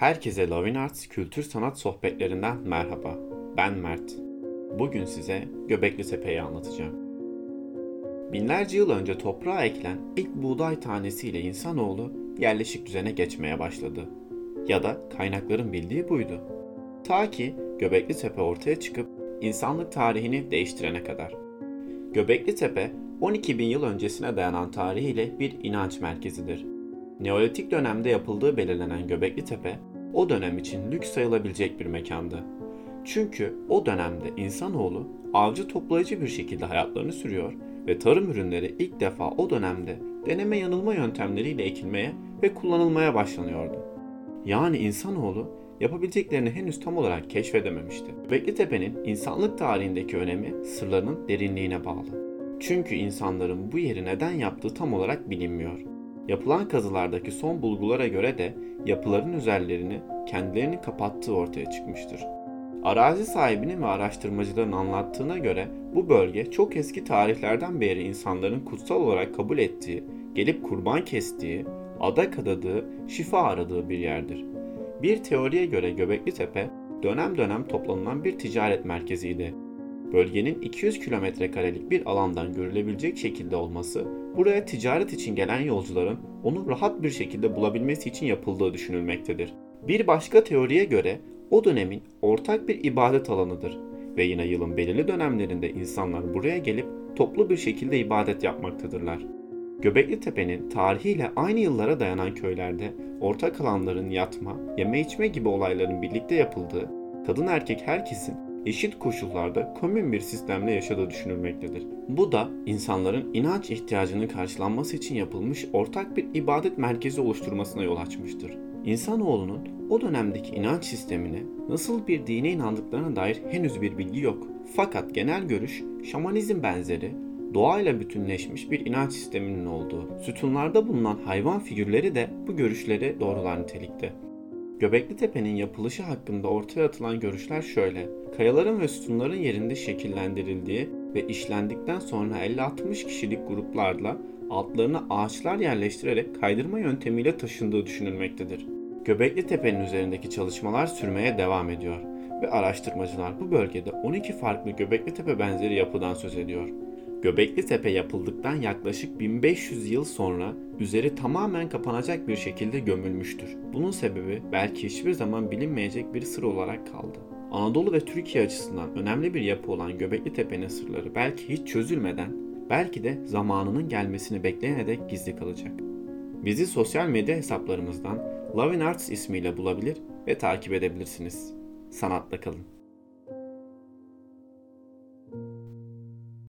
Herkese Lovin Arts kültür sanat sohbetlerinden merhaba. Ben Mert. Bugün size Göbekli Tepe'yi anlatacağım. Binlerce yıl önce toprağa ekilen ilk buğday tanesiyle insanoğlu yerleşik düzene geçmeye başladı. Ya da kaynakların bildiği buydu. Ta ki Göbekli Tepe ortaya çıkıp insanlık tarihini değiştirene kadar. Göbekli Tepe 12 bin yıl öncesine dayanan tarihiyle bir inanç merkezidir. Neolitik dönemde yapıldığı belirlenen Göbekli Tepe, o dönem için lüks sayılabilecek bir mekandı. Çünkü o dönemde insanoğlu avcı toplayıcı bir şekilde hayatlarını sürüyor ve tarım ürünleri ilk defa o dönemde deneme yanılma yöntemleriyle ekilmeye ve kullanılmaya başlanıyordu. Yani insanoğlu yapabileceklerini henüz tam olarak keşfedememişti. Göbekli Tepe'nin insanlık tarihindeki önemi sırlarının derinliğine bağlı. Çünkü insanların bu yeri neden yaptığı tam olarak bilinmiyor. Yapılan kazılardaki son bulgulara göre de yapıların üzerlerini kendilerini kapattığı ortaya çıkmıştır. Arazi sahibinin ve araştırmacıların anlattığına göre bu bölge çok eski tarihlerden beri insanların kutsal olarak kabul ettiği, gelip kurban kestiği, adak adadığı, şifa aradığı bir yerdir. Bir teoriye göre Göbekli Tepe dönem dönem toplanılan bir ticaret merkeziydi. Bölgenin 200 kilometrekarelik bir alandan görülebilecek şekilde olması, buraya ticaret için gelen yolcuların onu rahat bir şekilde bulabilmesi için yapıldığı düşünülmektedir. Bir başka teoriye göre o dönemin ortak bir ibadet alanıdır ve yine yılın belirli dönemlerinde insanlar buraya gelip toplu bir şekilde ibadet yapmaktadırlar. Göbekli Tepe'nin tarihiyle aynı yıllara dayanan köylerde ortak alanların yatma, yeme içme gibi olayların birlikte yapıldığı, kadın erkek herkesin eşit koşullarda komün bir sistemle yaşadığı düşünülmektedir. Bu da insanların inanç ihtiyacının karşılanması için yapılmış ortak bir ibadet merkezi oluşturmasına yol açmıştır. İnsanoğlunun o dönemdeki inanç sistemine nasıl bir dine inandıklarına dair henüz bir bilgi yok. Fakat genel görüş şamanizm benzeri doğayla bütünleşmiş bir inanç sisteminin olduğu. Sütunlarda bulunan hayvan figürleri de bu görüşleri doğrular nitelikte. Göbekli Tepe'nin yapılışı hakkında ortaya atılan görüşler şöyle: kayaların ve sütunların yerinde şekillendirildiği ve işlendikten sonra 50-60 kişilik gruplarla altlarına ağaçlar yerleştirerek kaydırma yöntemiyle taşındığı düşünülmektedir. Göbekli Tepe'nin üzerindeki çalışmalar sürmeye devam ediyor ve araştırmacılar bu bölgede 12 farklı Göbekli Tepe benzeri yapıdan söz ediyor. Göbekli Tepe yapıldıktan yaklaşık 1500 yıl sonra üzeri tamamen kapanacak bir şekilde gömülmüştür. Bunun sebebi belki hiçbir zaman bilinmeyecek bir sır olarak kaldı. Anadolu ve Türkiye açısından önemli bir yapı olan Göbekli Tepe'nin sırları belki hiç çözülmeden, belki de zamanının gelmesini bekleyene dek gizli kalacak. Bizi sosyal medya hesaplarımızdan Lovin Arts ismiyle bulabilir ve takip edebilirsiniz. Sanatla kalın.